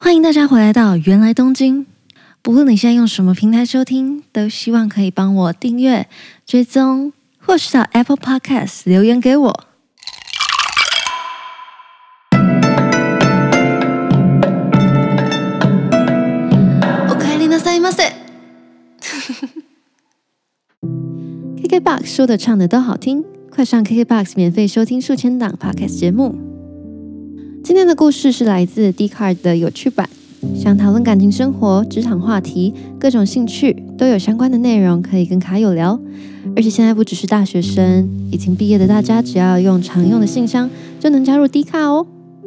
欢迎大家回来到原来东京。不论你现在用什么平台收听，都希望可以帮我订阅、追踪，或是到 Apple Podcast 留言给我。おかえりなさいませ。KKBOX 说的唱的都好听，快上 KKBOX 免费收听数千档 Podcast 节目。今天的故事是来自 Dcard 的有趣版，想讨论感情生活、职场话题、各种兴趣都有相关的内容可以跟卡友聊。而且现在不只是大学生，已经毕业的大家只要用常用的信箱就能加入 Dcard 哦。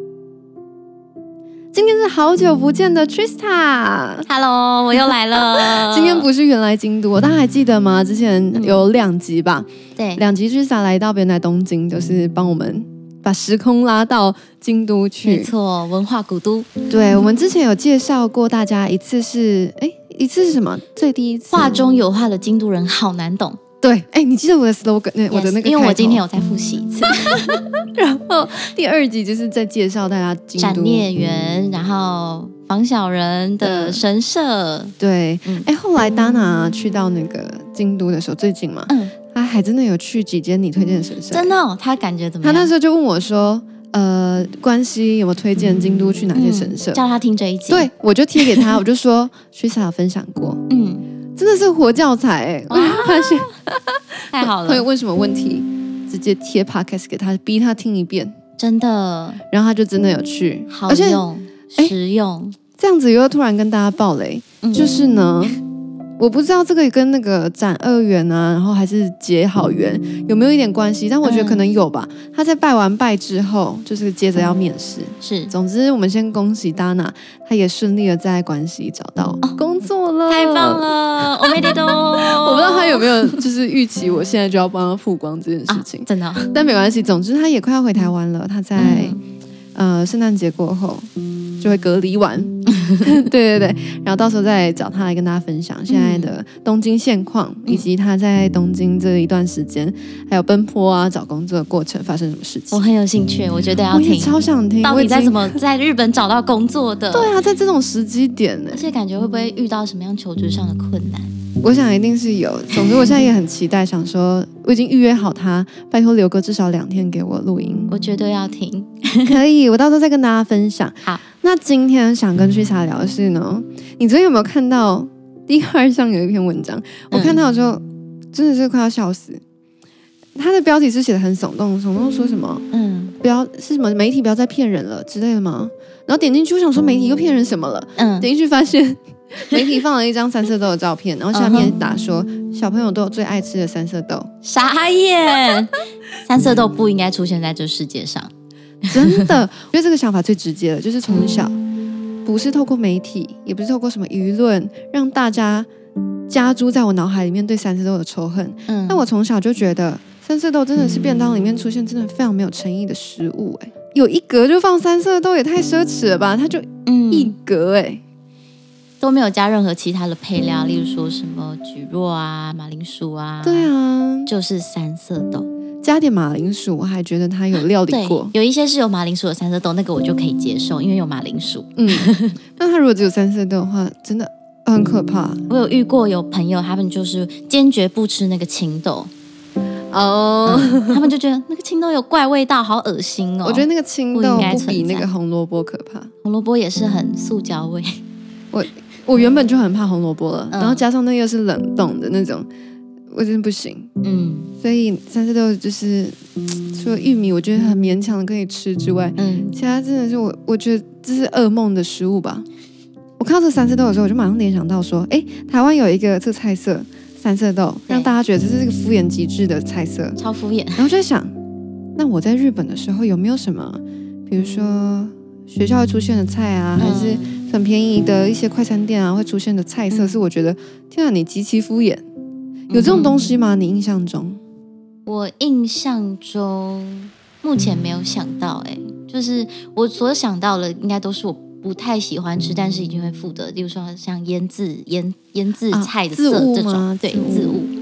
今天是好久不见的 Trista。Hello， 我又来了。 今天不是原来京都，大家还记得吗？之前有2集吧？ 对 ，2集 Trista 来到原来东京，就是帮我们把时空拉到京都去。 没错，文化古都。 对，我们之前有介绍过大家，一次是什么？最第一次画中有画的京都人好难懂。 对，你记得我的 slogan， 我的那个， 因为我今天有再复习一次。 然后第2集就是在介绍大家京都斩孽园，然后房小人的神社。 对，后来 Dana 去到那个京都的时候，最近嘛，他还真的有去几间你推荐的神社。 真的哦？他感觉怎么样？ 他那时候就问我说关西有没有推荐京都去哪些神社， 叫他听这一集。 对，我就贴给他，我就说Trista有分享过，真的是活教材我发现太好了。 会问什么问题直接贴 podcast 给他，逼他听一遍， 真的， 然后他就真的有去， 好用实用。 这样子又突然跟大家爆雷，就是呢我不知道这个跟那个斩恶缘啊，然后还是结好缘有没有一点关系，但我觉得可能有吧。他在拜完拜之后，就是接着要面试。 是， 总之我们先恭喜 Dana， 他也顺利的在关西找到工作了， 太棒了！おめでとう。 我不知道他有没有就是预期我现在就要帮他曝光这件事情， 真的。 但没关系，总之他也快要回台湾了，他在圣诞节过后就会隔离完。对，然后到时候再找他来跟大家分享现在的东京现况，以及他在东京这一段时间还有奔波啊找工作的过程发生什么事情。 我很有兴趣，我觉得要听， 我也超想听到底在怎么在日本找到工作的。 对啊，在这种时机点呢， 而且感觉会不会遇到什么样求职上的困难？ 我想一定是有。总之我现在也很期待，想说我已经预约好他，拜托留个至少2天给我录音， 我绝对要听。 可以，我到时候再跟大家分享。 好， 那今天想跟Trista聊的是呢，你昨天有没有看到Dcard上有一篇文章？我看到的时候真的是快要笑死。他的标题是写的很耸动说什么不要是什么媒体不要再骗人了之类的吗？然后点进去我想说媒体又骗人什么了？点进去发现媒体放了一张三色豆的照片，然后下面打说小朋友都有最爱吃的三色豆。 傻眼！三色豆不应该出现在这世界上。 真的，我觉得这个想法最直接了，就是从小不是透过媒体，也不是透过什么舆论让大家加诸在我脑海里面对三色豆的仇恨。但我从小就觉得三色豆真的是便当里面出现真的非常没有诚意的食物。有一格就放三色豆也太奢侈了吧，它就一格都没有加任何其他的配料，例如说什么蒟蒻啊、马铃薯啊。 对啊， 就是三色豆， 加点马铃薯，我还觉得它有料理过。 有一些是有马铃薯的三色豆，那个我就可以接受，因为有马铃薯。 但它如果只有三色豆的话，真的很可怕。 我有遇过有朋友，他们就是坚决不吃那个青豆。他们就觉得那个青豆有怪味道，好恶心哦。 我觉得那个青豆不比那个红萝卜可怕。 红萝卜也是很塑胶味。 我原本就很怕红萝卜了，然后加上那又是冷冻的那种，我真的不行。所以三色豆就是除了玉米我觉得很勉强的可以吃之外，其他真的是我觉得这是噩梦的食物吧。我看到这三色豆的时候，我就马上联想到说，台湾有一个这个菜色三色豆，让大家觉得这是个敷衍极致的菜色， 超敷衍。 然后就在想，那我在日本的时候有没有什么，比如说学校会出现的菜啊，还是很便宜的一些快餐店啊会出现的菜色，是我觉得天啊你极其敷衍。有这种东西吗？你印象中？ 我印象中目前没有想到。就是我所想到的应该都是我不太喜欢吃，但是一定会附的，例如说像腌制菜的色这种，对，渍物。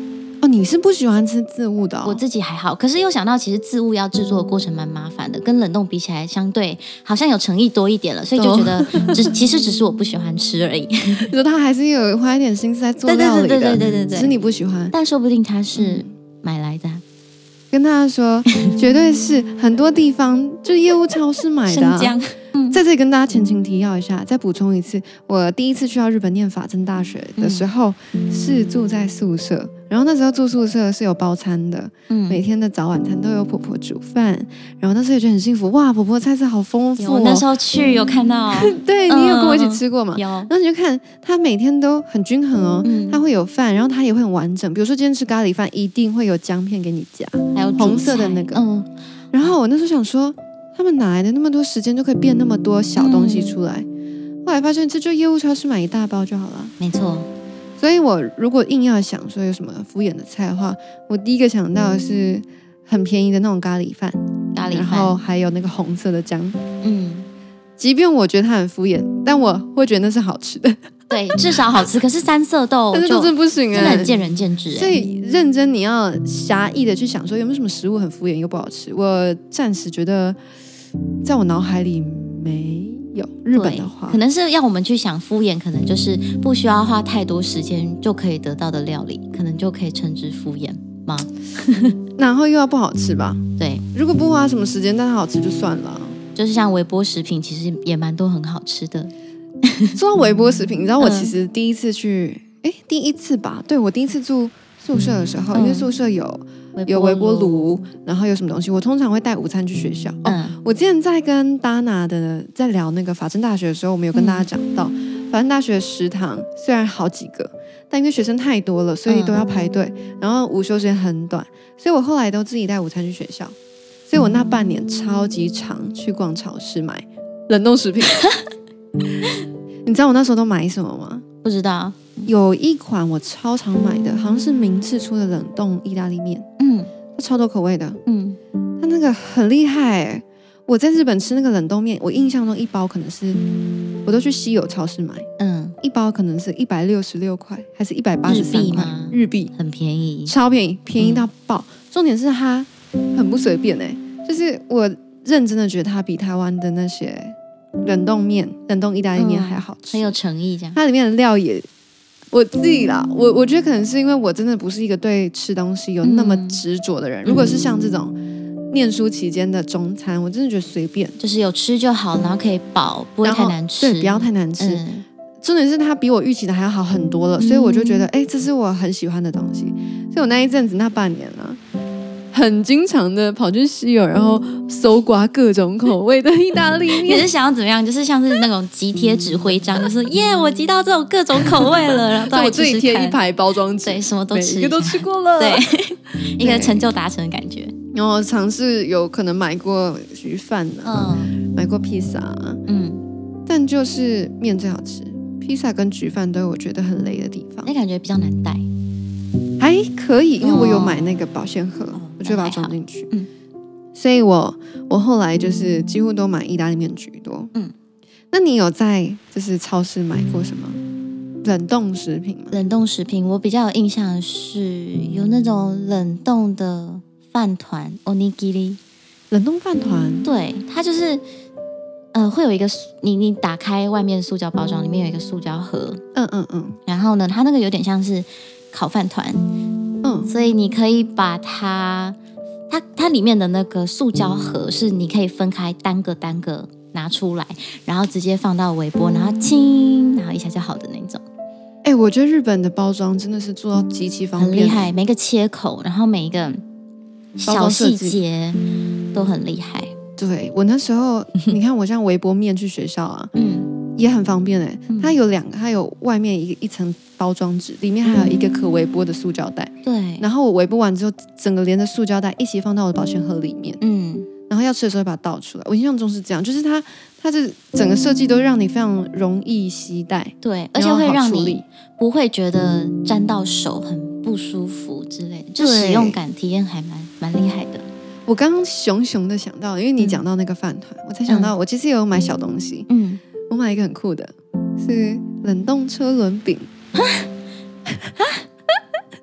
哦，你是不喜欢吃渍物的我自己还好，可是又想到其实渍物要制作的过程蛮麻烦的，跟冷冻比起来相对好像有诚意多一点了，所以就觉得其实只是我不喜欢吃而已。 你说他还是有花一点心思在做料理的， 对， 只是你不喜欢， 但说不定他是买来的。 跟大家说，绝对是很多地方就业务超市买的、 生姜。 在这里跟大家前情提要一下，再补充一次，我第一次去到日本念法政大学的时候，是住在宿舍，然后那时候住宿舍是有包餐的，每天的早晚餐都有婆婆煮饭，然后那时候也觉得很幸福，哇，婆婆菜色好丰富、哦。 我那时候去有看到， 对你有跟我一起吃过吗？ 有。 然后你就看她每天都很均衡哦，她会有饭，然后她也会很完整，比如说今天吃咖喱饭，一定会有姜片给你夹， 还有红色的那个，然后我那时候想说，他们哪来的那么多时间就可以变那么多小东西出来？后来发现这就业务超市买一大包就好了。 没错。 所以我如果硬要想说有什么敷衍的菜的话，我第一个想到的是很便宜的那种咖喱饭，然后还有那个红色的姜。即便我觉得它很敷衍，但我会觉得那是好吃的。 对，至少好吃。可是三色豆但是真的不行真的很见仁见智。 所以认真你要狭义的去想说有没有什么食物很敷衍又不好吃，我暂时觉得在我脑海里没有。日本的话可能是要我们去想敷衍，可能就是不需要花太多时间就可以得到的料理，可能就可以称之敷衍吗？ 然后又要不好吃吧？ 对， 如果不花什么时间但它好吃就算了。 就是像微波食品其实也蛮多很好吃的。 说到微波食品，你知道我其实第一次去第一次吧，对，我第一次住宿舍的时候，因为宿舍有微波炉，然后有什么东西，我通常会带午餐去学校。我之前在跟 Dana 在聊那个法政大学的时候，我们有跟大家讲到，法政大学的食堂虽然好几个，但因为学生太多了，所以都要排队，然后午休时间很短，所以我后来都自己带午餐去学校。所以我那半年超级常去逛超市买冷冻食品。你知道我那时候都买什么吗？ 不知道。 有一款我超常买的，好像是明治出的冷冻意大利面，它超多口味的，它那个很厉害我在日本吃那个冷冻面，我印象中一包可能是，我都去稀有超市买，一包可能是166块，还是183块日币， 很便宜， 超便宜，便宜到爆。重点是它很不随便就是我认真的觉得它比台湾的那些冷冻面、冷冻意大利面还好吃， 很有诚意这样。 它里面的料也，我自己啦，我觉得可能是因为我真的不是一个对吃东西有那么执着的人。如果是像这种念书期间的中餐，我真的觉得随便， 就是有吃就好，然后可以饱，不会太难吃， 对，不要太难吃。重点是它比我预期的还要好很多了，所以我就觉得，这是我很喜欢的东西。所以我那一阵子那半年啊，很经常的跑去西友，然后搜刮各种口味的意大利面。 你是想要怎么样？就是像是那种集贴纸徽章，就是耶，我集到这种各种口味了，然后到我自己贴一排包装纸， 对，什么都吃， 每一个都吃过了， 对，一个成就达成的感觉。 然后尝试有可能买过鱼饭买过披萨但就是面最好吃，披萨跟焗饭都有我觉得很雷的地方。 那感觉比较难带。 还可以，因为我有买那个保鲜盒，我就把它装进去。所以我后来就是几乎都买意大利面居多。那你有在就是超市买过什么冷冻食品吗？ 冷冻食品，我比较有印象的是有那种冷冻的饭团 onigiri， 冷冻饭团， 对，它就是会有一个你打开外面的塑胶包装，里面有一个塑胶盒，然后呢，它那个有点像是烤饭团，所以你可以把它里面的那个塑胶盒是你可以分开单个拿出来，然后直接放到微波，然后轻，然后一下就好的那种。 我觉得日本的包装真的是做到极其方便， 很厉害，每个切口，然后每一个小细节都很厉害。 对，我那时候你看我像微波面去学校啊，也很方便它有两个，它有外面一层包装纸，里面还有一个可微波的塑胶袋。 对， 然后我微波完之后，整个连着塑胶袋一起放到我的保鲜盒里面。然后要吃的时候把它倒出来。我印象中是这样，就是它这整个设计都让你非常容易携带， 对，而且会让你不会觉得沾到手很不舒服之类的，就使用感体验还蛮厉害的。 我刚刚熊的想到，因为你讲到那个饭团，我才想到我其实也有买小东西。我买一个很酷的，是冷冻车轮饼。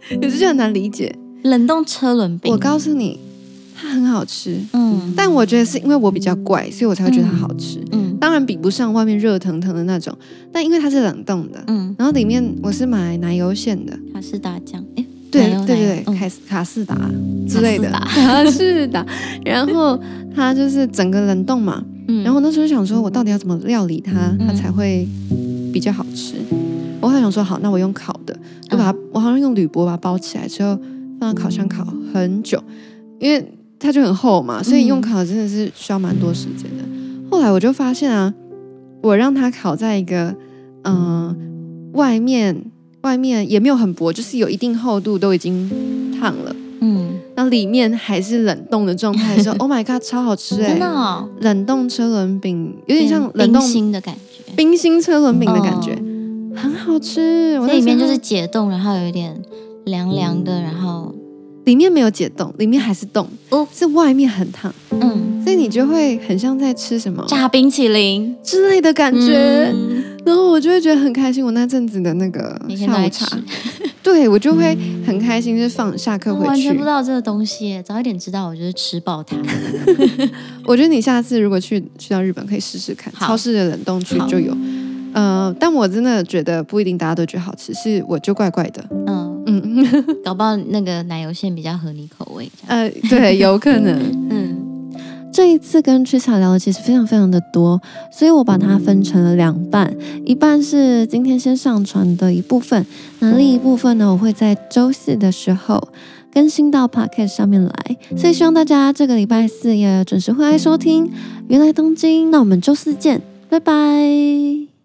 有时就很难理解。 冷冻车轮饼， 我告诉你，它很好吃。但我觉得是因为我比较怪，所以我才会觉得它好吃。当然比不上外面热腾腾的那种，但因为它是冷冻的，然后里面我是买奶油馅的， 卡士达酱， 对，卡士达之类的，卡士达。然后它就是整个冷冻嘛，然后那时候想说，我到底要怎么料理它，它才会比较好吃。我还想说，好，那我用烤的，就把它，我好像用铝箔把它包起来之后，放到烤箱烤很久，因为它就很厚嘛，所以用烤真的是需要蛮多时间的。后来我就发现啊，我让它烤在一个外面也没有很薄，就是有一定厚度，都已经烫了，然后里面还是冷冻的状态的时候，Oh my god， 超好吃真的哦！ 冷冻车轮饼有点像冷冻冰心的感觉， 冰心车轮饼的感觉，很好吃。 这里面就是解冻，然后有一点凉凉的，然后里面没有解冻，里面还是冻，是外面很烫，所以你就会很像在吃什么炸冰淇淋之类的感觉，然后我就会觉得很开心。我那阵子的那个下午茶，对我就会很开心，就是放下课回去。 完全不知道这个东西，早一点知道我就是吃爆它。 我觉得你下次如果去到日本可以试试看，超市的冷冻区就有。但我真的觉得不一定大家都觉得好吃，是我就怪怪的。 搞不好那个奶油馅比较合你口味。 对，有可能。这一次跟Trista聊的其实非常非常的多，所以我把它分成了2半，一半是今天先上传的一部分，那另一部分呢，我会在周4的时候更新到 Podcast 上面来，所以希望大家这个礼拜4也准时回来收听《原来东京》，那我们周4见，拜拜。